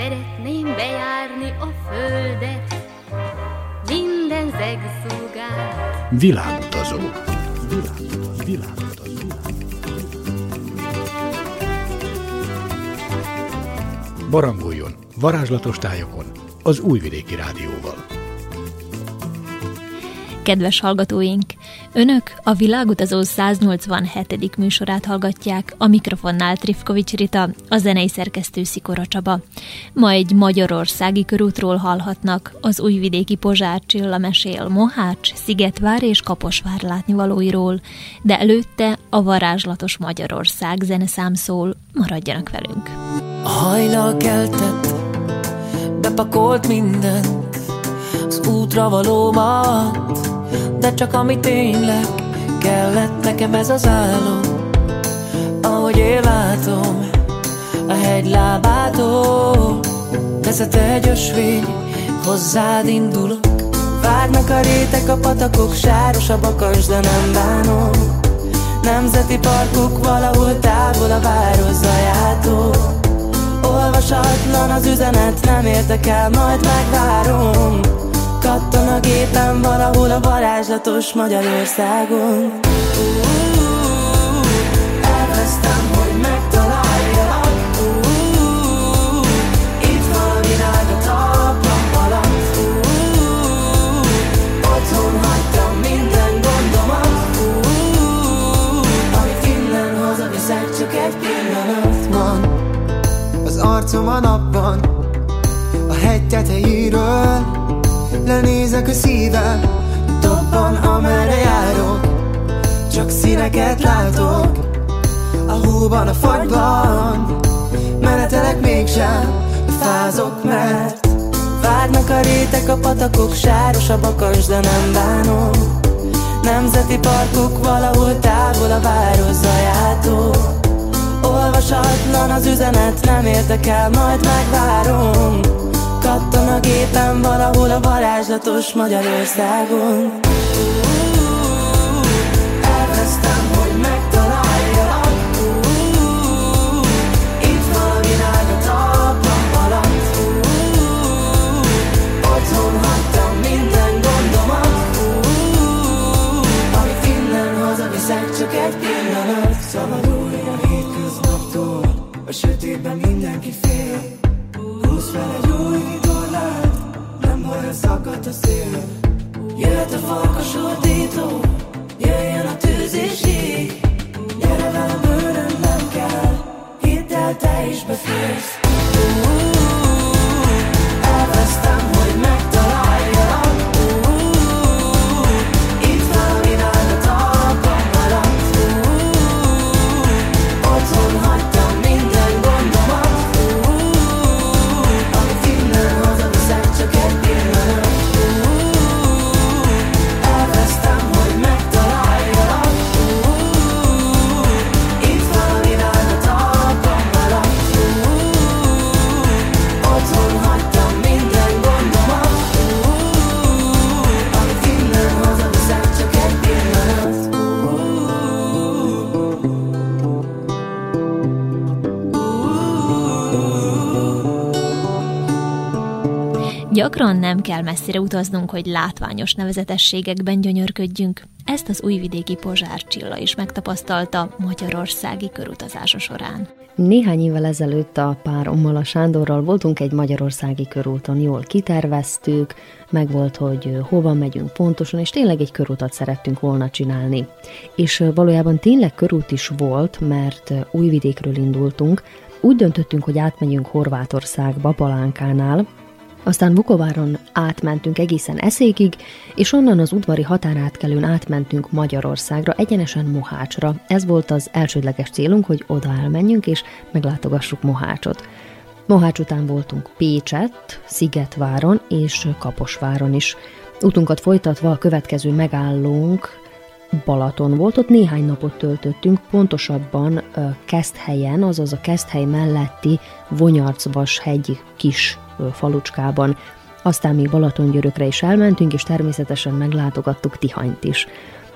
szeretném bejárni a földet, minden zegszúgát. Világutazó. Barangoljon varázslatos tájokon az Újvidéki Rádióval. Kedves hallgatóink! Önök a Világutazó 187. műsorát hallgatják, a mikrofonnál Trifkovics Rita, a zenei szerkesztő Szikora Csaba. Ma egy magyarországi körútról hallhatnak, az újvidéki Pozsár Csilla mesél Mohács, Szigetvár és Kaposvár látnivalóiról, de előtte a varázslatos Magyarország zeneszám szól, maradjanak velünk. A hajnal keltett, bepakolt mindent, az útra valómat, de csak ami tényleg kellett nekem ez az álom. Ahogy én látom, a hegy lábától vezet egy ösvény, hozzád indulok. Vágnak a rétek, a patakok, sáros a bakas, de nem bánom. Nemzeti parkok valahol távol a város zajától. Olvasatlan az üzenet, nem érdekel, majd megvárom. Kattan a gépen valahol a varázslatos Magyarországon. Elvesztem, hogy megtaláljalak. Itt van a világ a talpam alatt. Otthon hagytam minden gondomat. Amit innen hazaviszek, csak egy pillanat van. Az arcom a napban, a hegy tetejéről. Lenézek a szívem, dobban amerre járok. Csak színeket látok, a hóban, a fagyban. Menetelek mégsem, fázok, mert vágnak a rétek, a patakok, sáros a bakas, de nem bánom. Nemzeti parkok valahol távol a város zajától. Olvasatlan az üzenet, nem érdekel, majd megvárom. Kattan a gépen valahol a varázslatos Magyarországon. Elvesztem, hogy megtaláljalak. Itt van a világ a talpam alatt. Otthon hagytam minden gondomat. Amit innen hazaviszek, csak egy pillanat. Szabadulj a hétköznaptól, a sötétben mindenki fél. Húzz fel egy új tornát, nem baj, szakadt a szél. Jöhet a farkas ordító, jöjjön a tűz és ég. Gyere velem, bőröm nem kell, hidd el, te is beférsz. Elvesztem, hogy megtaláljalak. Itt van a világ a talpam alatt. Otthon hagytam minden gondomat. Amit innen hazaviszek, csak egy pillanat. Elvesztem, hogy megtaláljalak. Itt van a világ a talpam alatt. Otthon hagytam minden gondomat. Amit innen hazaviszek, csak egy pillanat. Gyakran nem kell messzire utaznunk, hogy látványos nevezetességekben gyönyörködjünk. Ezt az újvidéki Pozsár Csilla is megtapasztalta magyarországi körutazása során. Néhány évvel ezelőtt a párommal, a Sándorral voltunk egy magyarországi körúton, jól kiterveztük, megvolt, hogy hova megyünk pontosan, és tényleg egy körutat szerettünk volna csinálni. És valójában tényleg körút is volt, mert Újvidékről indultunk. Úgy döntöttünk, hogy átmegyünk Horvátországba, Palánkánál, aztán Vukováron átmentünk egészen Eszékig, és onnan az udvari határátkelőn átmentünk Magyarországra, egyenesen Mohácsra. Ez volt az elsődleges célunk, hogy oda elmenjünk, és meglátogassuk Mohácsot. Mohács után voltunk Pécsett, Szigetváron és Kaposváron is. Utunkat folytatva a következő megállónk Balaton volt, ott néhány napot töltöttünk, pontosabban Keszthelyen, azaz a Keszthely melletti Vonyarcvashegy kis falucskában. Aztán még Balatongyörökre is elmentünk, és természetesen meglátogattuk Tihanyt is.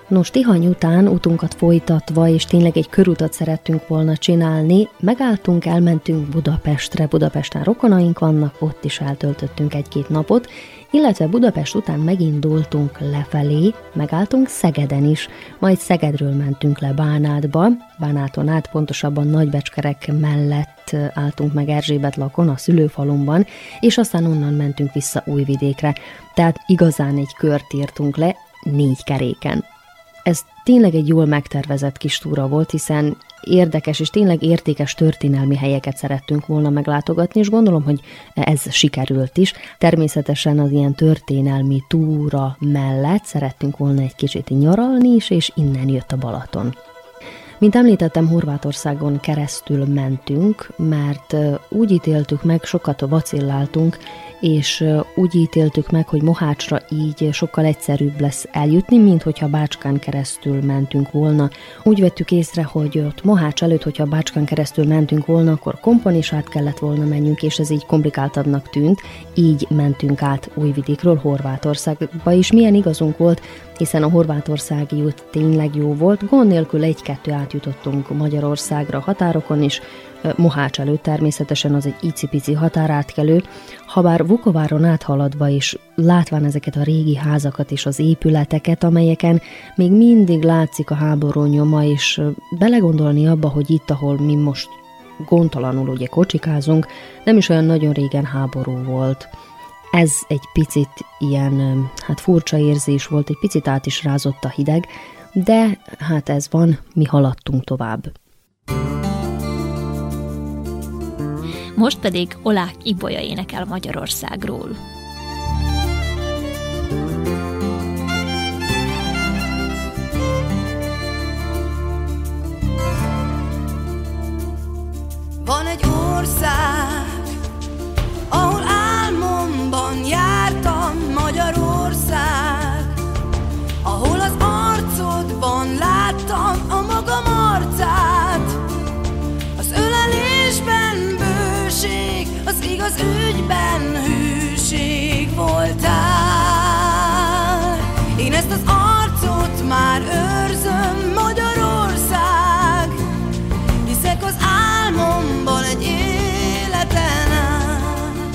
Nos, Tihany után utunkat folytatva, és tényleg egy körutat szerettünk volna csinálni, megálltunk, elmentünk Budapestre. Budapesten rokonaink vannak, ott is eltöltöttünk 1-2 napot, illetve Budapest után megindultunk lefelé, megálltunk Szegeden is, majd Szegedről mentünk le Bánátba, Bánáton át, pontosabban Nagybecskerek mellett álltunk meg Erzsébetlakon, a szülőfalumban, és aztán onnan mentünk vissza Újvidékre. Tehát igazán egy kört írtunk le 4 keréken. Ez tényleg egy jól megtervezett kis túra volt, hiszen érdekes és tényleg értékes történelmi helyeket szerettünk volna meglátogatni, és gondolom, hogy ez sikerült is. Természetesen az ilyen történelmi túra mellett szerettünk volna egy kicsit nyaralni is, és innen jött a Balaton. Mint említettem, Horvátországon keresztül mentünk, mert úgy ítéltük meg, sokat vacilláltunk, és úgy ítéltük meg, hogy Mohácsra így sokkal egyszerűbb lesz eljutni, mint hogyha Bácskán keresztül mentünk volna. Úgy vettük észre, hogy ott Mohács előtt, hogyha Bácskán keresztül mentünk volna, akkor Kompon is át kellett volna menjünk, és ez így komplikáltabbnak tűnt. Így mentünk át Újvidékről Horvátországba, és milyen igazunk volt, hiszen a horvátországi út tényleg jó volt, gond nélkül 1-2 átjutottunk Magyarországra határokon is, Mohács előtt természetesen az egy icipici határátkelő, habár Vukováron áthaladva is látván ezeket a régi házakat és az épületeket, amelyeken még mindig látszik a háború nyoma, és belegondolni abba, hogy itt, ahol mi most gondtalanul ugye kocsikázunk, nem is olyan nagyon régen háború volt. Ez egy picit ilyen, furcsa érzés volt, egy picit át is rázott a hideg, de ez van, mi haladtunk tovább. Most pedig Olák Ibolya énekel Magyarországról. Van egy ország, ahol álmomban jártam, Magyarország, ahol az arcodban láttam a magam arcát, az ölelésben bőség, az igaz ügyben hűség voltál. Én ezt az arcot már őrzöm, Magyarország, hiszek az álmomban egy életen át.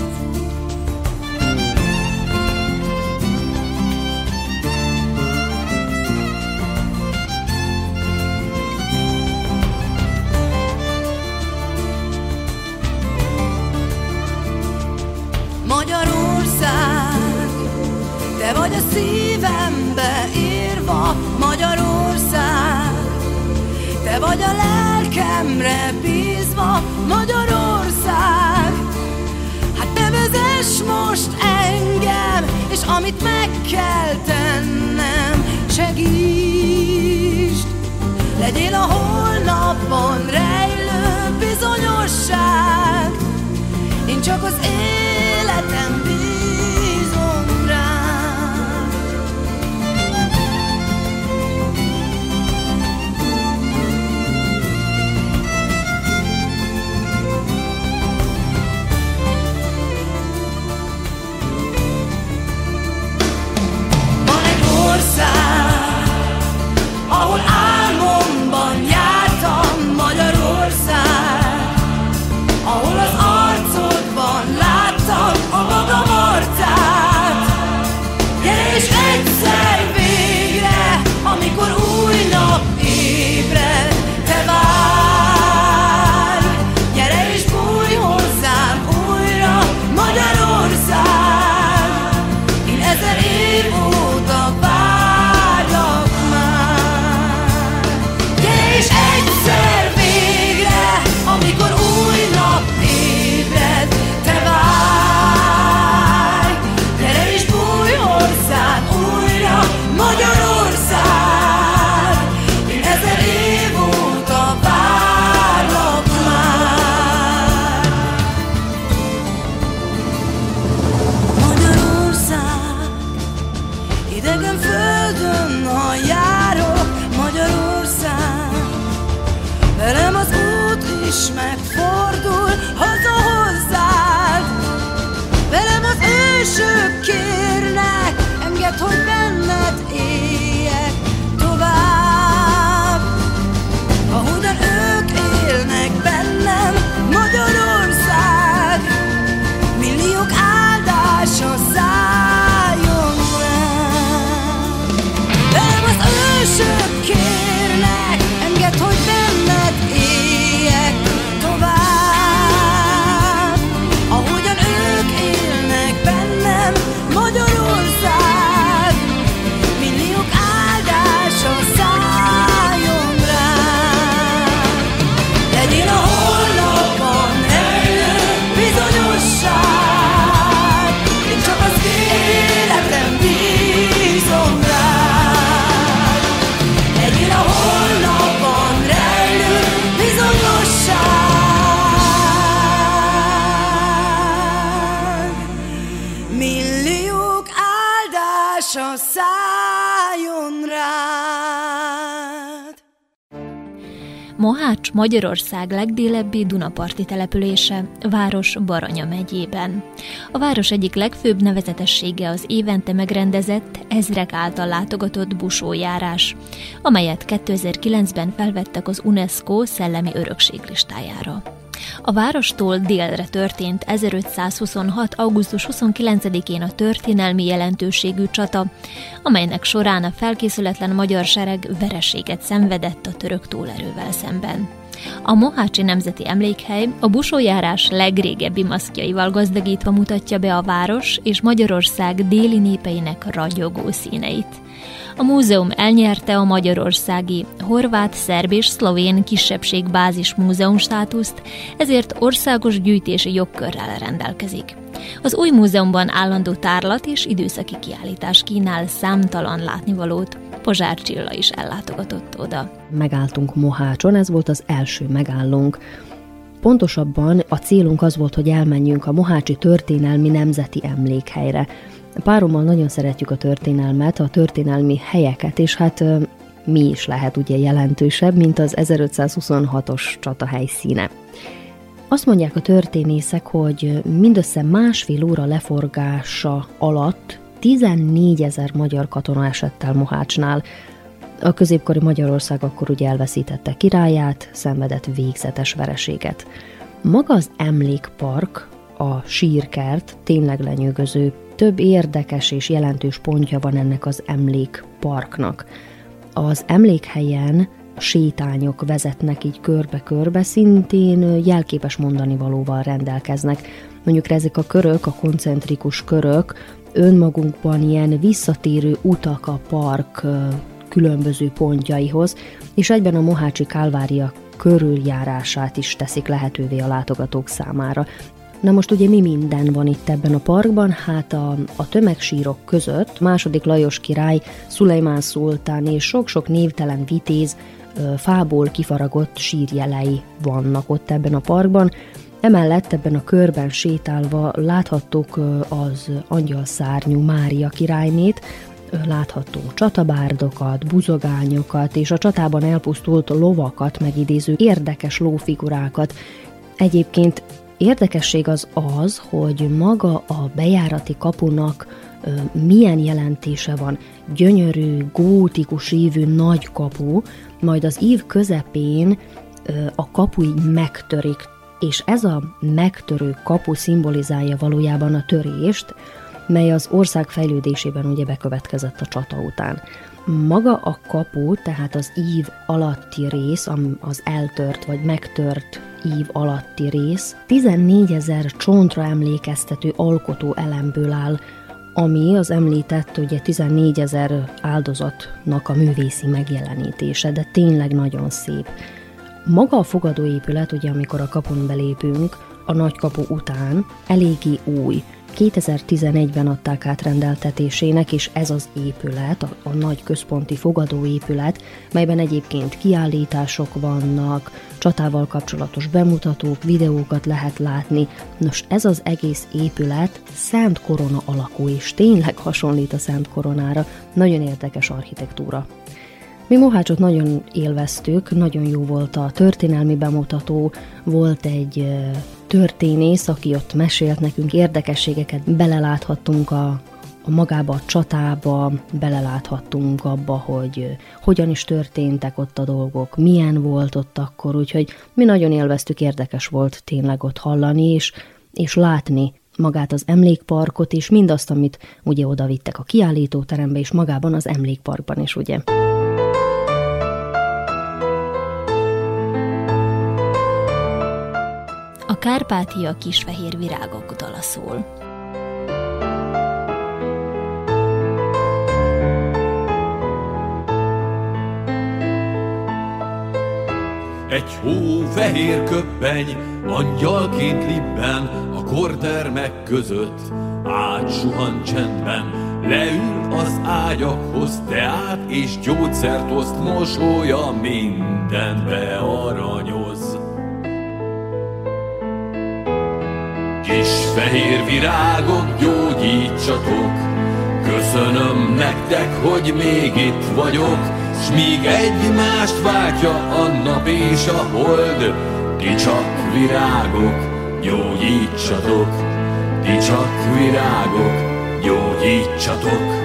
Magyarország, te vagy a szívembe írva, Magyarország, te vagy a lelkemre bízva, Magyarország. Hát te vezess most engem, és amit meg kell tennem, segítsd. Legyél a holnapban rejlő bizonyosság, én csak az életem bízom rád. Van egy ország, Mohács Magyarország legdélebbi dunaparti települése, város Baranya megyében. A város egyik legfőbb nevezetessége az évente megrendezett, ezrek által látogatott busójárás, amelyet 2009-ben felvettek az UNESCO szellemi örökség listájára. A várostól délre történt 1526. augusztus 29-én a történelmi jelentőségű csata, amelynek során a felkészületlen magyar sereg vereséget szenvedett a török túlerővel szemben. A mohácsi nemzeti emlékhely a busójárás legrégebbi maszkjaival gazdagítva mutatja be a város és Magyarország déli népeinek ragyogó színeit. A múzeum elnyerte a magyarországi, horvát, szerb és szlovén kisebbségbázis múzeum státuszt, ezért országos gyűjtési jogkörrel rendelkezik. Az új múzeumban állandó tárlat és időszaki kiállítás kínál számtalan látnivalót. Pozsár Csilla is ellátogatott oda. Megálltunk Mohácson, ez volt az első megállónk. Pontosabban a célunk az volt, hogy elmenjünk a Mohácsi Történelmi Nemzeti Emlékhelyre. Párommal nagyon szeretjük a történelmet, a történelmi helyeket, és hát mi is lehet ugye jelentősebb, mint az 1526-os csata helyszíne. Azt mondják a történészek, hogy mindössze 1,5 óra leforgása alatt 14 000 magyar katona esett el Mohácsnál. A középkori Magyarország akkor ugye elveszítette királyát, szenvedett végzetes vereséget. Maga az emlékpark, a sírkert tényleg lenyűgöző, több érdekes és jelentős pontja van ennek az emlékparknak. Az emlékhelyen sétányok vezetnek így körbe-körbe, szintén jelképes mondanivalóval rendelkeznek. Mondjuk ezek a körök, a koncentrikus körök önmagunkban ilyen visszatérő utak a park különböző pontjaihoz, és egyben a mohácsi Kálvária körüljárását is teszik lehetővé a látogatók számára. Na most ugye mi minden van itt ebben a parkban? Hát a tömegsírok között II. Lajos király, Szulejmán szultán és sok-sok névtelen vitéz fából kifaragott sírjelei vannak ott ebben a parkban. Emellett ebben a körben sétálva láthattuk az angyalszárnyú Mária királynét, láthattunk csatabárdokat, buzogányokat és a csatában elpusztult lovakat megidéző érdekes lófigurákat. Egyébként érdekesség az, hogy maga a bejárati kapunak milyen jelentése van. Gyönyörű, gótikus ívű nagy kapu, majd az ív közepén a kapu így megtörik, és ez a megtörő kapu szimbolizálja valójában a törést, mely az ország fejlődésében ugye bekövetkezett a csata után. Maga a kapu, tehát az ív alatti rész, az eltört vagy megtört ív alatti rész 14 000 csontra emlékeztető alkotó elemből áll, ami az említett ugye 14 000 áldozatnak a művészi megjelenítése, de tényleg nagyon szép. Maga a fogadóépület, ugye amikor a kapun belépünk, a nagykapu után eléggé új. 2011-ben adták át rendeltetésének, és ez az épület, a nagy központi fogadóépület, melyben egyébként kiállítások vannak, csatával kapcsolatos bemutatók, videókat lehet látni. Nos, ez az egész épület Szent Korona alakú, és tényleg hasonlít a Szent Koronára, nagyon érdekes architektúra. Mi Mohácsot nagyon élveztük, nagyon jó volt a történelmi bemutató, volt egy történész, aki ott mesélt nekünk érdekességeket, beleláthattunk a magába a csatába, beleláthattunk abba, hogy hogyan is történtek ott a dolgok, milyen volt ott akkor, úgyhogy mi nagyon élveztük, érdekes volt tényleg ott hallani és látni magát az emlékparkot, és mindazt, amit ugye oda vittek a kiállítóterembe, és magában az emlékparkban is, ugye. A Kárpátia kisfehér virágok dala szól. Egy hófehér köppeny angyalként libben a kordermek között, átsuhan csendben, leül az ágyakhoz, teát és gyógyszert oszt, mosolya mindent bearanyoz. Kis fehér virágok, gyógyítsatok, köszönöm nektek, hogy még itt vagyok, s míg egymást váltja a nap és a hold, ti csak virágok, gyógyítsatok, ti csak virágok, gyógyítsatok.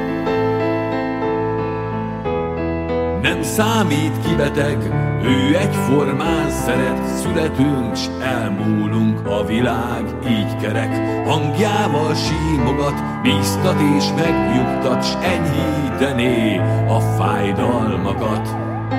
Nem számít ki beteg, ő egyformán szeret, születünk, s elmúlunk, a világ így kerek. Hangjával símogat, bíztat és megnyugtat, s enyhítené a fájdalmakat.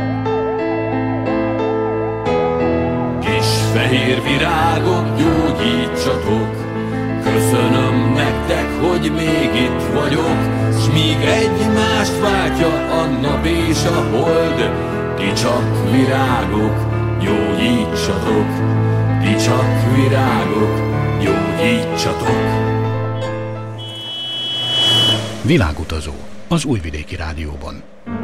Kis fehér virágok, gyógyítsatok, köszönöm nektek, hogy még itt vagyok, s míg egymást váltja a nap és a hold, ti csak virágok, gyógyítsatok, ti csak virágok, gyógyítsatok. Világutazó az Újvidéki Rádióban.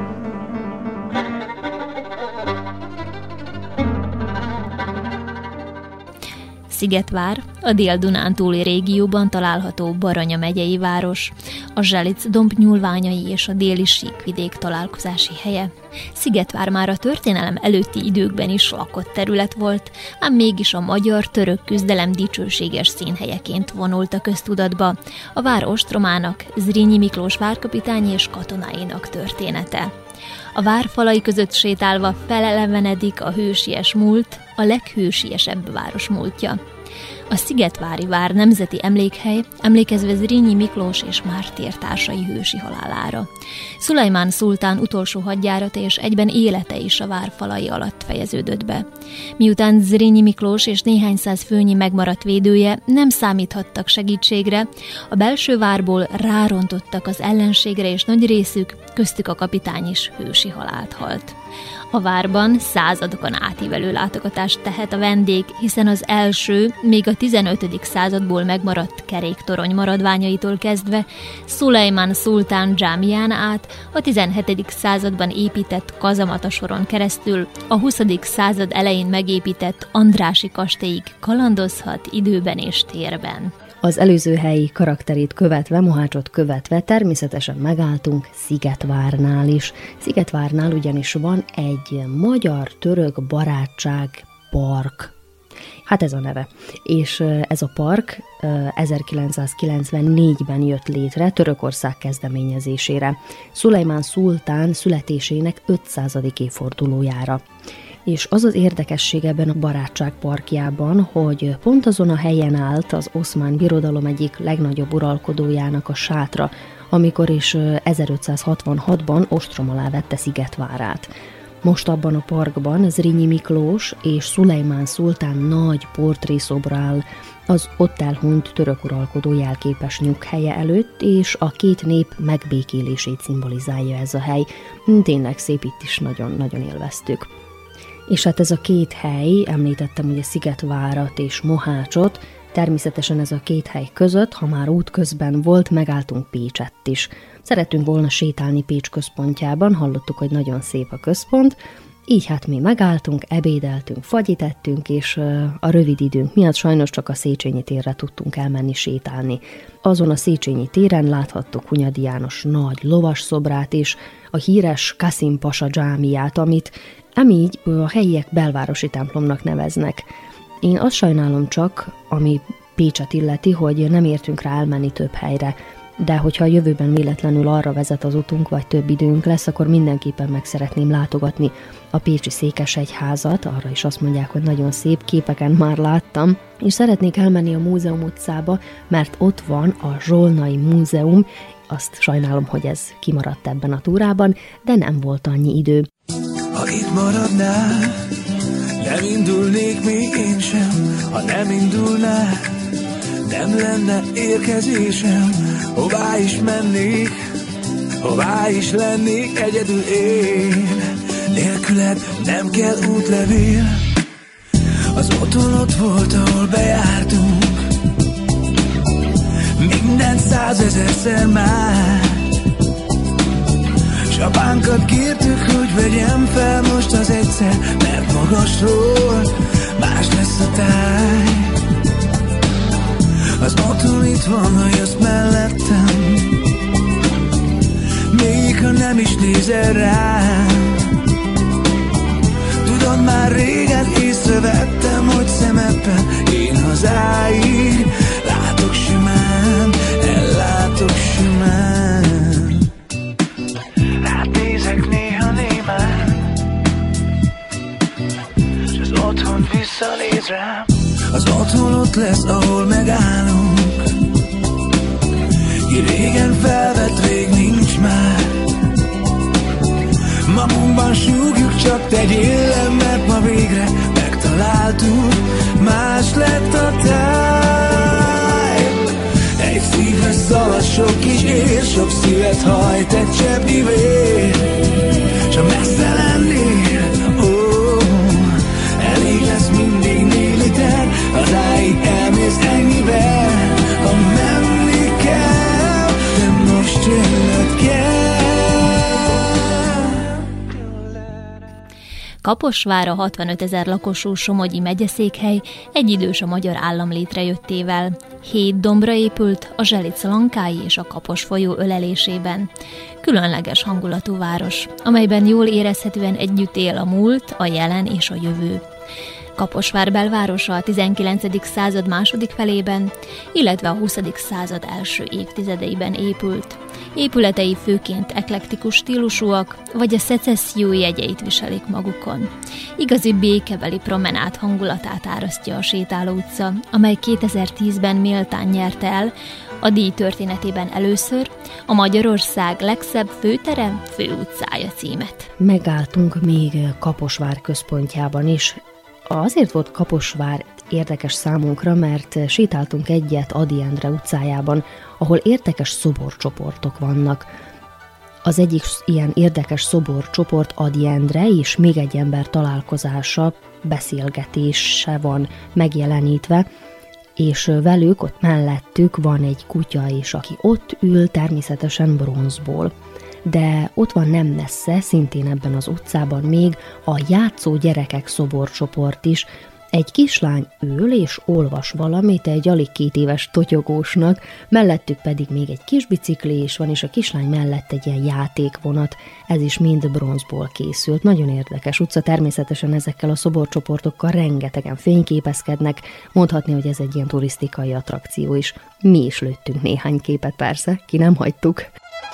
Szigetvár, a Dél-Dunántúli régióban található Baranya megyei város, a Zselic domb nyúlványai és a déli síkvidék találkozási helye. Szigetvár már a történelem előtti időkben is lakott terület volt, ám mégis a magyar-török küzdelem dicsőséges színhelyeként vonult a köztudatba a vár ostromának, Zrínyi Miklós várkapitány és katonáinak története. A vár falai között sétálva felelevenedik a hősies múlt, a leghősiesebb város múltja. A Szigetvári Vár nemzeti emlékhely, emlékezve Zrínyi Miklós és mártír társai hősi halálára. Szulajmán szultán utolsó hadjárata és egyben élete is a vár falai alatt fejeződött be. Miután Zrínyi Miklós és néhány száz főnyi megmaradt védője nem számíthattak segítségre, a belső várból rárontottak az ellenségre, és nagy részük, köztük a kapitány is hősi halált halt. A várban századokon átívelő látogatást tehet a vendég, hiszen az első, még a 15. századból megmaradt keréktorony maradványaitól kezdve Szulajmán szultán dzsámián át a 17. században épített kazamata soron keresztül a 20. század elején megépített Andrássy kastélyig kalandozhat időben és térben. Az előző helyi karakterét követve, Mohácsot követve természetesen megálltunk Szigetvárnál is. Szigetvárnál ugyanis van egy magyar-török barátság park. Hát ez a neve. És ez a park 1994-ben jött létre Törökország kezdeményezésére, Szulajmán szultán születésének 500. évfordulójára. És az az érdekesség ebben a barátság parkjában, hogy pont azon a helyen állt az Oszmán Birodalom egyik legnagyobb uralkodójának a sátra, amikor is 1566-ban ostrom alá vette Szigetvárát. Most abban a parkban Zrínyi Miklós és Szulajmán szultán nagy portrészobra áll az ott elhunyt török uralkodó jelképes nyughelye előtt, és a két nép megbékélését szimbolizálja ez a hely. Tényleg szép, itt is nagyon-nagyon élveztük. És hát ez a két hely, említettem ugye Szigetvárat és Mohácsot, természetesen ez a két hely között, ha már útközben volt, megálltunk Pécsett is. Szerettünk volna sétálni Pécs központjában, hallottuk, hogy nagyon szép a központ, így hát mi megálltunk, ebédeltünk, fagyit ettünk, és a rövid időnk miatt sajnos csak a Széchenyi térre tudtunk elmenni sétálni. Azon a Széchenyi téren láthattuk Hunyadi János nagy lovas szobrát és a híres Kasim Pasa dzsámiát, amit így a helyiek belvárosi templomnak neveznek. Én azt sajnálom csak, ami Pécset illeti, hogy nem értünk rá elmenni több helyre, de hogyha a jövőben véletlenül arra vezet az utunk, vagy több időnk lesz, akkor mindenképpen meg szeretném látogatni a pécsi székesegyházat, arra is azt mondják, hogy nagyon szép, képeken már láttam, és szeretnék elmenni a Múzeum utcába, mert ott van a Zsolnai Múzeum, azt sajnálom, hogy ez kimaradt ebben a túrában, de nem volt annyi idő. Ha itt maradnál, nem indulnék még én sem. Ha nem indulnál, nem lenne érkezésem. Hová is mennék, hová is lennék egyedül én. Nélküled nem kell útlevél. Az otthon ott volt, ahol bejártunk. Minden 100 000-szer már. Apánkat kértük, hogy vegyem fel most az egyszer, mert magasról más lesz a táj. Az otthon itt van, ha jössz mellettem, még ha nem nem is nézel rám. Tudod, már régen észrevettem, hogy szemedben én hazáig látok simán, ellátok simán. Rád nézek néha némán, s az otthon visszanéz rám. Az otthon ott lesz, ahol megállunk. Ki régen felvett, rég nincs már. Magunkban súgjuk, csak tegyél le, mert ma végre megtaláltuk. Más lett a táj. Egy szívre szalad sok kis ér, sok szívet hajt egy cseppnyi vér. S ha messze lennél, elég lesz mindig 4 liter. Hazáig elmész ennyivel, ha menni kell, de most jönnöd kell. Kaposvár a 65 000 lakosú Somogyi megyeszékhely egyidős a magyar állam létrejöttével. 7 dombra épült a Zselic-Lankái és a Kapos folyó ölelésében. Különleges hangulatú város, amelyben jól érezhetően együtt él a múlt, a jelen és a jövő. Kaposvár belvárosa a 19. század második felében, illetve a 20. század első évtizedeiben épült. Épületei főként eklektikus stílusúak, vagy a szecesszió jegyeit viselik magukon. Igazi békebeli promenád hangulatát árasztja a Sétáló utca, amely 2010-ben méltán nyerte el a díj történetében először a Magyarország legszebb főtere, főutcája címet. Megálltunk még Kaposvár központjában is. Azért volt Kaposvár érdekes számunkra, mert sétáltunk egyet Ady Endre utcájában, ahol érdekes szoborcsoportok vannak. Az egyik ilyen érdekes szoborcsoport Ady Endre és még egy ember találkozása, beszélgetése van megjelenítve, és velük ott mellettük van egy kutya is, aki ott ül, természetesen bronzból. De ott van nem messze, szintén ebben az utcában még a játszó gyerekek szoborcsoport is. Egy kislány ül és olvas valamit egy alig 2 éves totyogósnak, mellettük pedig még egy kis bicikli is van, és a kislány mellett egy ilyen játékvonat, ez is mind bronzból készült. Nagyon érdekes utca, természetesen ezekkel a szoborcsoportokkal rengetegen fényképezkednek, mondhatni, hogy ez egy ilyen turisztikai attrakció is. Mi is lőttünk néhány képet persze, ki nem hagytuk.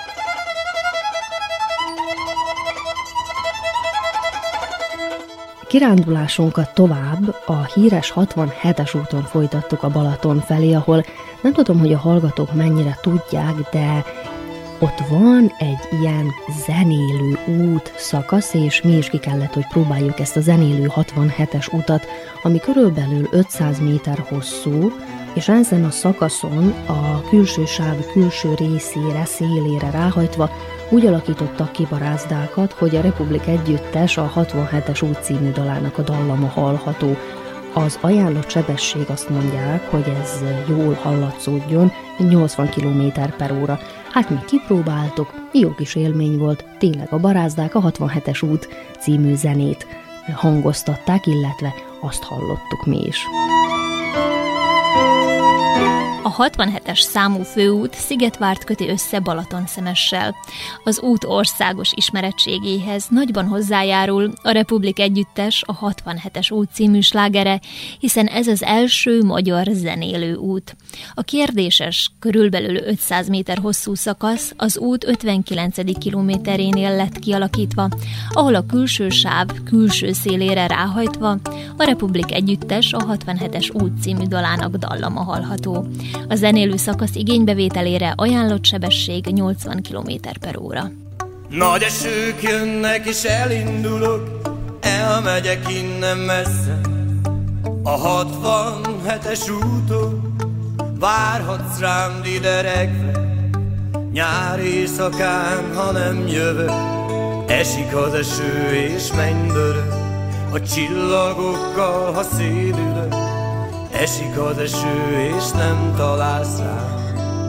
Kirándulásunkat tovább a híres 67-es úton folytattuk a Balaton felé, ahol nem tudom, hogy a hallgatók mennyire tudják, de ott van egy ilyen zenélő út szakasz, és mi is ki kellett, hogy próbáljuk ezt a zenélő 67-es utat, ami körülbelül 500 méter hosszú, és ezen a szakaszon a külső sáv külső részére, szélére ráhajtva úgy alakítottak ki barázdákat, hogy a Republik Együttes a 67-es út című dalának a dallama hallható. Az ajánlott sebesség, azt mondják, hogy ez jól hallatszódjon, 80 km/h. Hát mi kipróbáltuk, jó kis élmény volt, tényleg a barázdák a 67-es út című zenét hangoztatták, illetve azt hallottuk mi is. A 67-es számú főút Szigetvárt köti össze Balatonszemessel. Az út országos ismerettségéhez nagyban hozzájárul a Republik Együttes a 67-es út című slágere, hiszen ez az első magyar zenélő út. A kérdéses, körülbelül 500 méter hosszú szakasz az út 59. kilométerénél lett kialakítva, ahol a külső sáv külső szélére ráhajtva a Republik Együttes a 67-es út című dalának dallama hallható. A zenélő szakasz igénybevételére ajánlott sebesség 80 km/h. Nagy esők jönnek és elindulok, elmegyek innen messze. A 67-es úton várhatsz rám dideregve. Nyári éjszakán, ha nem jövök, esik az eső és mennydörög. A csillagokkal, ha szédülök, esik az eső és nem találsz rám.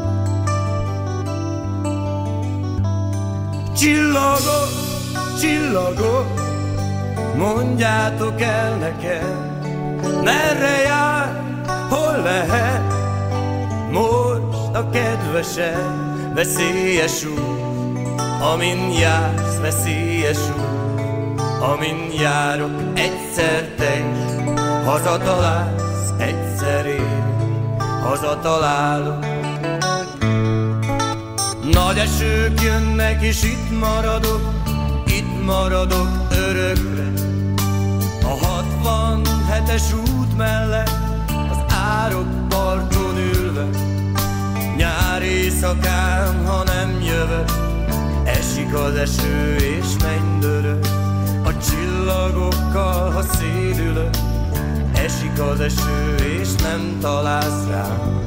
Csillagok, csillagok, mondjátok el nekem, merre jár, hol lehet most a kedvesebb, veszélyes út, amin jársz veszélyes út, amin járok egyszer te is, hazatalálsz egyszer én, hazatalálok. Nagy esők jönnek és itt maradok örökre. A 67-es út mellett az árok parton ülve, nyár éjszakán, ha nem jövök, esik az eső és mennydörög. A csillagokkal, ha szédülök, esik az eső és nem találsz rám.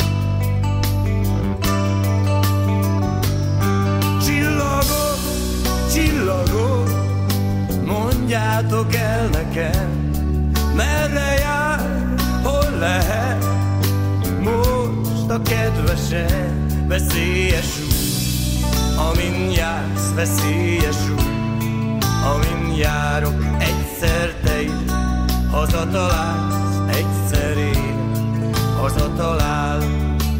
Csillagok, csillagok, mondjátok el nekem, merre jár, hol lehet most a kedvesen. Veszélyes út, amin jársz, veszélyes út, amin járok egyszer te is, hazatalálsz egyszer én, hazatalálok.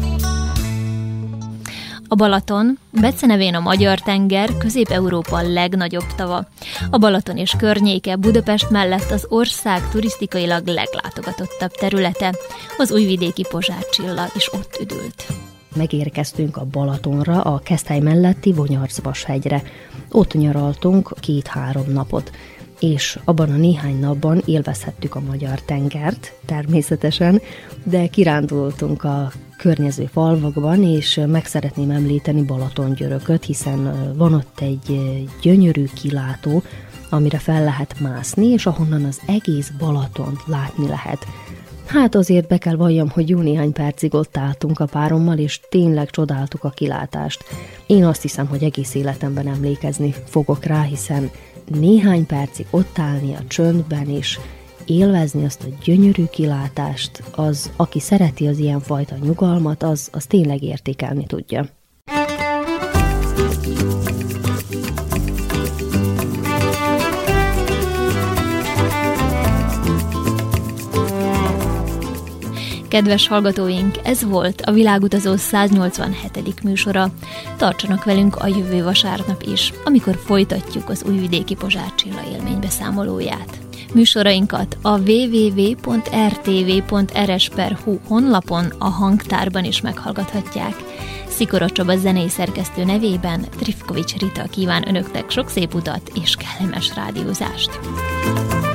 A Balaton, becenevén a Magyar-tenger, Közép-Európa legnagyobb tava. A Balaton és környéke Budapest mellett az ország turisztikailag leglátogatottabb területe. Az újvidéki Pozsár Csilla is ott üdült. Megérkeztünk a Balatonra, a Keszthely melletti Vonyarc-Vashegyre. Ott nyaraltunk 2-3 napot, és abban a néhány napban élvezhettük a Magyar-tengert, természetesen, de kirándultunk a környező falvakban, és meg szeretném említeni Balatongyörököt, hiszen van ott egy gyönyörű kilátó, amire fel lehet mászni, és ahonnan az egész Balatont látni lehet. Hát azért be kell valljam, hogy jó néhány percig ott álltunk a párommal, és tényleg csodáltuk a kilátást. Én azt hiszem, hogy egész életemben emlékezni fogok rá, hiszen néhány percig ott állni a csöndben, és élvezni azt a gyönyörű kilátást, az, aki szereti az ilyenfajta nyugalmat, az tényleg értékelni tudja. Kedves hallgatóink, ez volt a Világutazó 187. műsora. Tartsanak velünk a jövő vasárnap is, amikor folytatjuk az újvidéki Pozsár Csilla élménybeszámolóját. Műsorainkat a www.rtv.rs.hu honlapon, a hangtárban is meghallgathatják. Szikora Csaba zenei szerkesztő nevében Trifkovics Rita kíván önöknek sok szép utat és kellemes rádiózást.